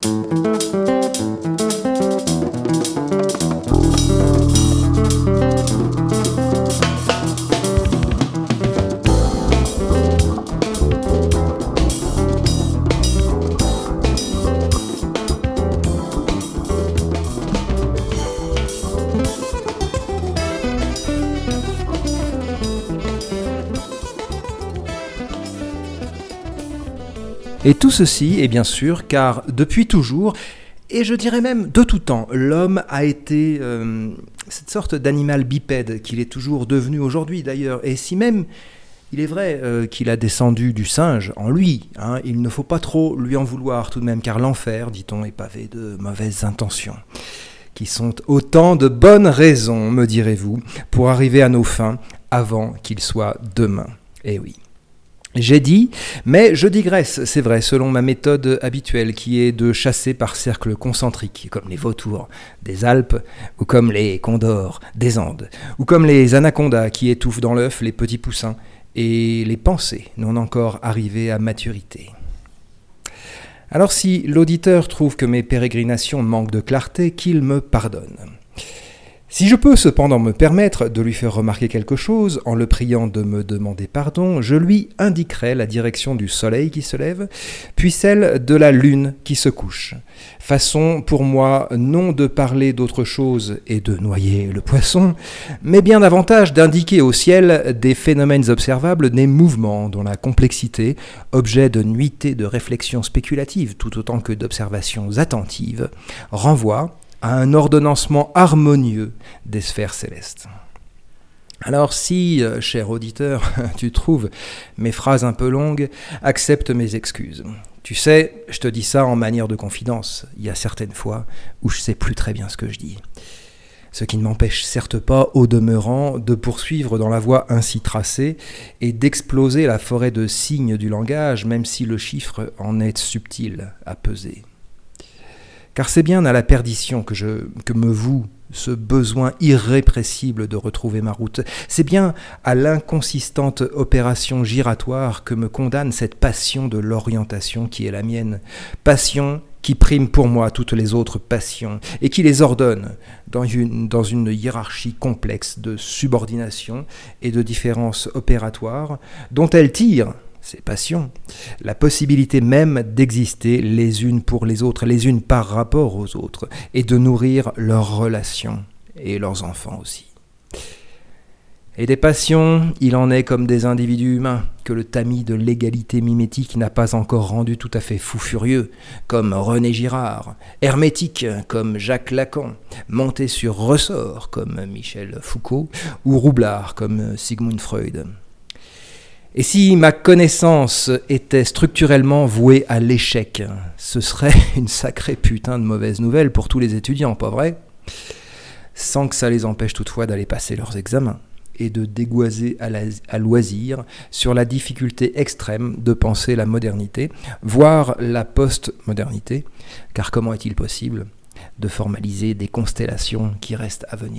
Et tout ceci est bien sûr car depuis toujours, et je dirais même de tout temps, l'homme a été cette sorte d'animal bipède qu'il est toujours devenu aujourd'hui d'ailleurs. Et si même il est vrai qu'il a descendu du singe en lui, il ne faut pas trop lui en vouloir tout de même, car l'enfer, dit-on, est pavé de mauvaises intentions, qui sont autant de bonnes raisons, me direz-vous, pour arriver à nos fins avant qu'il soit demain. Eh oui. J'ai dit, mais je digresse, c'est vrai, selon ma méthode habituelle qui est de chasser par cercles concentriques, comme les vautours des Alpes, ou comme les condors des Andes, ou comme les anacondas qui étouffent dans l'œuf les petits poussins, et les pensées non encore arrivées à maturité. Alors si l'auditeur trouve que mes pérégrinations manquent de clarté, qu'il me pardonne. Si je peux cependant me permettre de lui faire remarquer quelque chose, en le priant de me demander pardon, je lui indiquerai la direction du soleil qui se lève, puis celle de la lune qui se couche. Façon pour moi non de parler d'autre chose et de noyer le poisson, mais bien davantage d'indiquer au ciel des phénomènes observables, des mouvements dont la complexité, objet de nuitées de réflexions spéculatives tout autant que d'observations attentives, renvoie à un ordonnancement harmonieux des sphères célestes. Alors si, cher auditeur, tu trouves mes phrases un peu longues, accepte mes excuses. Tu sais, je te dis ça en manière de confidence. Il y a certaines fois où je sais plus très bien ce que je dis. Ce qui ne m'empêche certes pas, au demeurant, de poursuivre dans la voie ainsi tracée et d'exploser la forêt de signes du langage, même si le chiffre en est subtil à peser. Car c'est bien à la perdition que me voue ce besoin irrépressible de retrouver ma route. C'est bien à l'inconsistante opération giratoire que me condamne cette passion de l'orientation qui est la mienne. Passion qui prime pour moi toutes les autres passions et qui les ordonne dans une hiérarchie complexe de subordination et de différences opératoires dont elle tire, ces passions, la possibilité même d'exister les unes pour les autres, les unes par rapport aux autres, et de nourrir leurs relations et leurs enfants aussi. Et des passions, il en est comme des individus humains, que le tamis de l'égalité mimétique n'a pas encore rendu tout à fait fou furieux, comme René Girard, hermétique comme Jacques Lacan, monté sur ressort comme Michel Foucault, ou roublard comme Sigmund Freud. Et si ma connaissance était structurellement vouée à l'échec, ce serait une sacrée putain de mauvaise nouvelle pour tous les étudiants, pas vrai ? Sans que ça les empêche toutefois d'aller passer leurs examens et de dégoiser à loisir sur la difficulté extrême de penser la modernité, voire la post-modernité, car comment est-il possible de formaliser des constellations qui restent à venir ?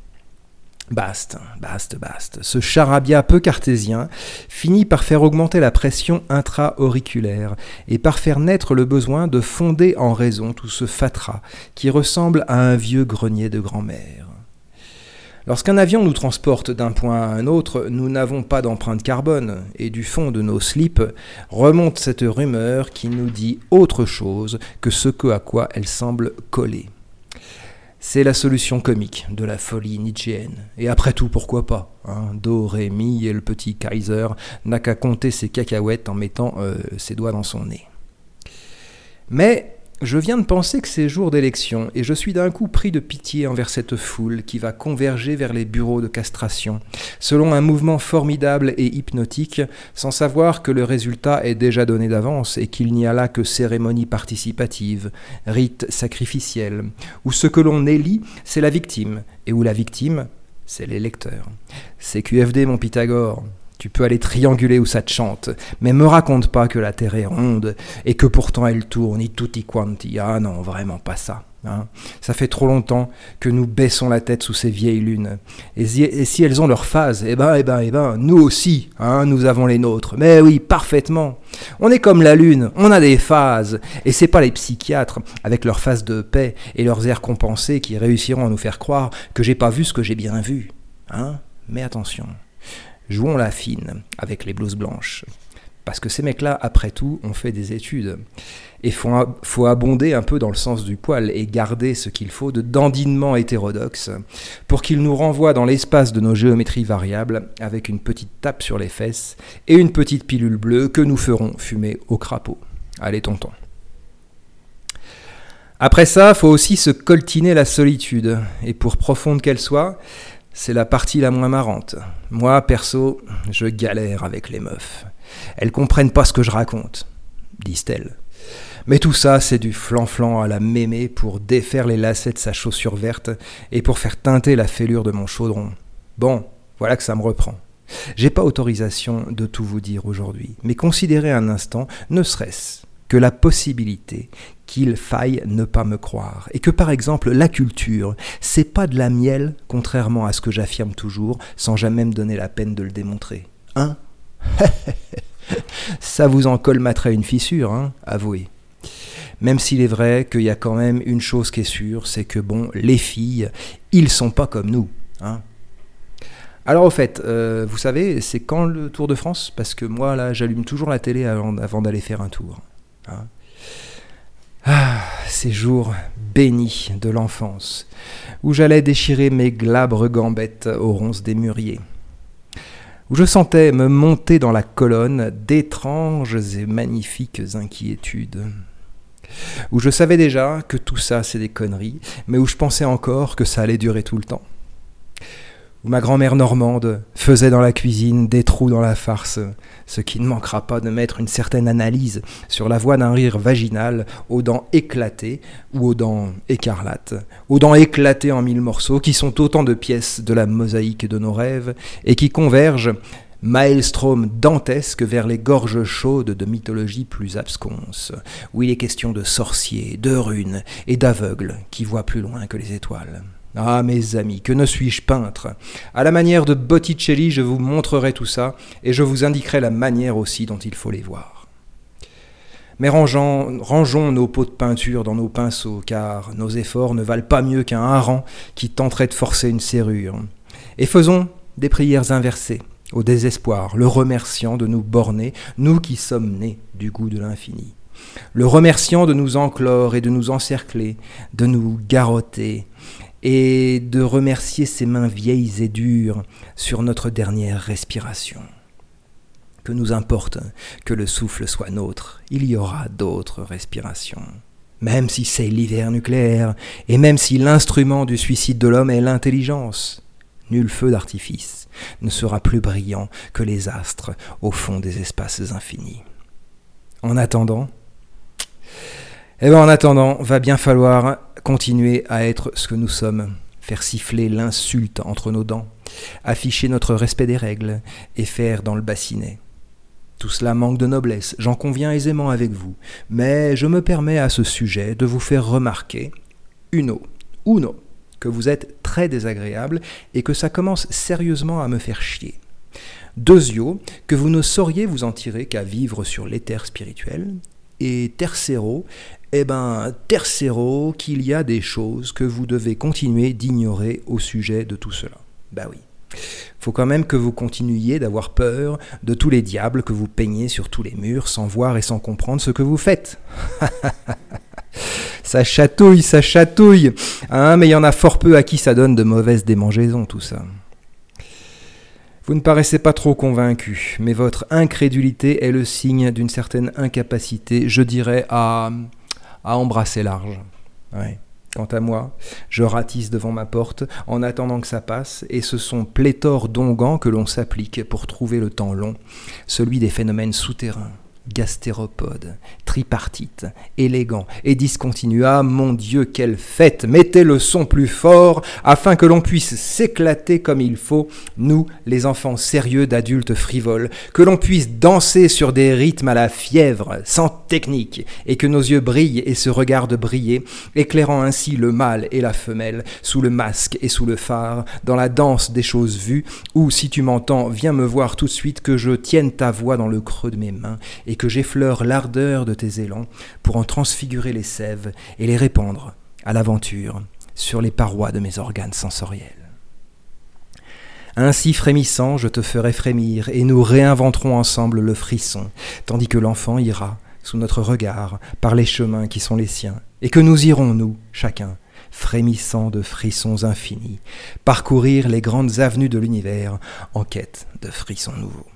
Baste. Ce charabia peu cartésien finit par faire augmenter la pression intra-auriculaire et par faire naître le besoin de fonder en raison tout ce fatras qui ressemble à un vieux grenier de grand-mère. Lorsqu'un avion nous transporte d'un point à un autre, nous n'avons pas d'empreinte carbone, et du fond de nos slips remonte cette rumeur qui nous dit autre chose que ce à quoi elle semble coller. C'est la solution comique de la folie nietzschéenne. Et après tout, pourquoi pas Do, Ré, Mi et le petit Kaiser n'a qu'à compter ses cacahuètes en mettant ses doigts dans son nez. Mais je viens de penser que c'est jour d'élection et je suis d'un coup pris de pitié envers cette foule qui va converger vers les bureaux de castration, selon un mouvement formidable et hypnotique, sans savoir que le résultat est déjà donné d'avance et qu'il n'y a là que cérémonie participative, rite sacrificiel, où ce que l'on élit, c'est la victime, et où la victime, c'est l'électeur. C'est QFD, mon Pythagore. Tu peux aller trianguler où ça te chante, mais me raconte pas que la Terre est ronde et que pourtant elle tourne, et tutti quanti. Ah non, vraiment pas ça. Hein. Ça fait trop longtemps que nous baissons la tête sous ces vieilles lunes. Et si elles ont leur phase, eh ben, nous aussi, hein, nous avons les nôtres. Mais oui, parfaitement. On est comme la lune, on a des phases. Et c'est pas les psychiatres, avec leurs phases de paix et leurs airs compensés, qui réussiront à nous faire croire que j'ai pas vu ce que j'ai bien vu. Hein. Mais attention, jouons la fine avec les blouses blanches. Parce que ces mecs-là, après tout, ont fait des études. Et faut abonder un peu dans le sens du poil et garder ce qu'il faut de dandinement hétérodoxe pour qu'ils nous renvoient dans l'espace de nos géométries variables avec une petite tape sur les fesses et une petite pilule bleue que nous ferons fumer au crapaud. Allez, tonton. Après ça, faut aussi se coltiner la solitude. Et pour profonde qu'elle soit, c'est la partie la moins marrante. Moi, perso, je galère avec les meufs. Elles comprennent pas ce que je raconte, disent-elles. Mais tout ça, c'est du flan-flan à la mémé pour défaire les lacets de sa chaussure verte et pour faire teinter la fêlure de mon chaudron. Bon, voilà que ça me reprend. J'ai pas autorisation de tout vous dire aujourd'hui, mais considérez un instant, ne serait-ce que la possibilité qu'il faille ne pas me croire, et que par exemple la culture, c'est pas de la miel, contrairement à ce que j'affirme toujours, sans jamais me donner la peine de le démontrer. Hein? Ça vous en colmaterait une fissure, hein, avouez. Même s'il est vrai qu'il y a quand même une chose qui est sûre, c'est que bon, les filles, ils sont pas comme nous, hein. Alors au fait, vous savez, c'est quand le Tour de France? Parce que moi là, j'allume toujours la télé avant d'aller faire un tour. Hein. Ah, ces jours bénis de l'enfance, où j'allais déchirer mes glabres gambettes aux ronces des mûriers, où je sentais me monter dans la colonne d'étranges et magnifiques inquiétudes, où je savais déjà que tout ça c'est des conneries, mais où je pensais encore que ça allait durer tout le temps, où ma grand-mère normande faisait dans la cuisine des trous dans la farce, ce qui ne manquera pas de mettre une certaine analyse sur la voix d'un rire vaginal aux dents éclatées ou aux dents écarlates, aux dents éclatées en 1000 morceaux, qui sont autant de pièces de la mosaïque de nos rêves et qui convergent, maelstrom dantesque, vers les gorges chaudes de mythologie plus absconse, où il est question de sorciers, de runes et d'aveugles qui voient plus loin que les étoiles. Ah, mes amis, que ne suis-je peintre? À la manière de Botticelli, je vous montrerai tout ça, et je vous indiquerai la manière aussi dont il faut les voir. Mais rangeons nos pots de peinture dans nos pinceaux, car nos efforts ne valent pas mieux qu'un hareng qui tenterait de forcer une serrure. Et faisons des prières inversées, au désespoir, le remerciant de nous borner, nous qui sommes nés du goût de l'infini. Le remerciant de nous enclore et de nous encercler, de nous garrotter, et de remercier ses mains vieilles et dures sur notre dernière respiration. Que nous importe que le souffle soit nôtre, il y aura d'autres respirations. Même si c'est l'hiver nucléaire, et même si l'instrument du suicide de l'homme est l'intelligence, nul feu d'artifice ne sera plus brillant que les astres au fond des espaces infinis. En attendant, va bien falloir continuer à être ce que nous sommes, faire siffler l'insulte entre nos dents, afficher notre respect des règles et faire dans le bassinet. Tout cela manque de noblesse, j'en conviens aisément avec vous, mais je me permets à ce sujet de vous faire remarquer, uno, que vous êtes très désagréable et que ça commence sérieusement à me faire chier. Deuxio, que vous ne sauriez vous en tirer qu'à vivre sur l'éther spirituel. Et tercero, qu'il y a des choses que vous devez continuer d'ignorer au sujet de tout cela. Bah oui. Faut quand même que vous continuiez d'avoir peur de tous les diables que vous peignez sur tous les murs sans voir et sans comprendre ce que vous faites. Ça chatouille, hein, mais il y en a fort peu à qui ça donne de mauvaises démangeaisons, tout ça. Vous ne paraissez pas trop convaincu, mais votre incrédulité est le signe d'une certaine incapacité, je dirais, à embrasser large. Ouais. Quant à moi, je ratisse devant ma porte en attendant que ça passe, et ce sont pléthore d'onguents que l'on s'applique pour trouver le temps long, celui des phénomènes souterrains, gastéropode, tripartite, élégant et discontinu. Ah mon Dieu, quelle fête! Mettez le son plus fort afin que l'on puisse s'éclater comme il faut, nous, les enfants sérieux d'adultes frivoles, que l'on puisse danser sur des rythmes à la fièvre, sans technique, et que nos yeux brillent et se regardent briller, éclairant ainsi le mâle et la femelle, sous le masque et sous le phare, dans la danse des choses vues, ou, si tu m'entends, viens me voir tout de suite, que je tienne ta voix dans le creux de mes mains, et que j'effleure l'ardeur de tes élans pour en transfigurer les sèves et les répandre à l'aventure sur les parois de mes organes sensoriels. Ainsi frémissant, je te ferai frémir et nous réinventerons ensemble le frisson, tandis que l'enfant ira, sous notre regard, par les chemins qui sont les siens, et que nous irons, nous, chacun, frémissant de frissons infinis, parcourir les grandes avenues de l'univers en quête de frissons nouveaux.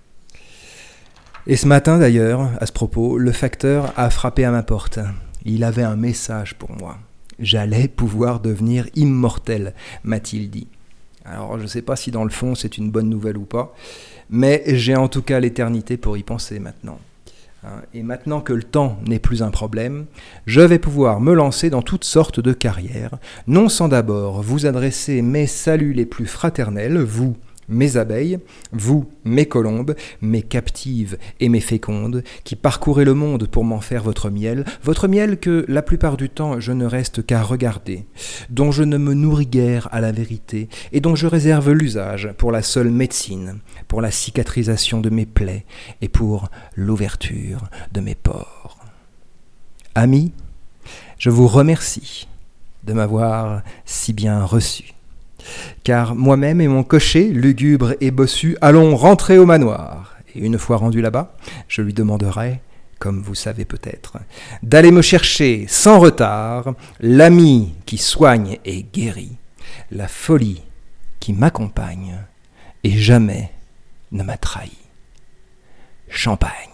Et ce matin d'ailleurs, à ce propos, le facteur a frappé à ma porte. Il avait un message pour moi. J'allais pouvoir devenir immortel, m'a-t-il dit. Alors je ne sais pas si dans le fond c'est une bonne nouvelle ou pas, mais j'ai en tout cas l'éternité pour y penser maintenant. Et maintenant que le temps n'est plus un problème, je vais pouvoir me lancer dans toutes sortes de carrières, non sans d'abord vous adresser mes saluts les plus fraternels, vous, mes abeilles, vous, mes colombes, mes captives et mes fécondes, qui parcourez le monde pour m'en faire votre miel que la plupart du temps je ne reste qu'à regarder, dont je ne me nourris guère à la vérité, et dont je réserve l'usage pour la seule médecine, pour la cicatrisation de mes plaies et pour l'ouverture de mes pores. Amis, je vous remercie de m'avoir si bien reçu. Car moi-même et mon cocher, lugubre et bossu, allons rentrer au manoir. Et une fois rendu là-bas, je lui demanderai, comme vous savez peut-être, d'aller me chercher sans retard l'ami qui soigne et guérit, la folie qui m'accompagne et jamais ne m'a trahi. Champagne.